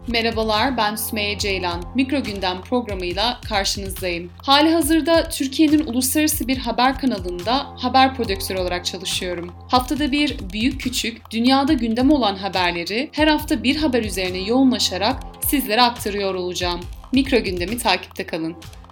Merhabalar, ben Sümeyye Ceylan. Mikro Gündem programıyla karşınızdayım. Halihazırda Türkiye'nin uluslararası bir haber kanalında haber prodüktörü olarak çalışıyorum. Haftada bir büyük küçük, dünyada gündem olan haberleri her hafta bir haber üzerine yoğunlaşarak sizlere aktarıyor olacağım. Mikro Gündem'i takipte kalın.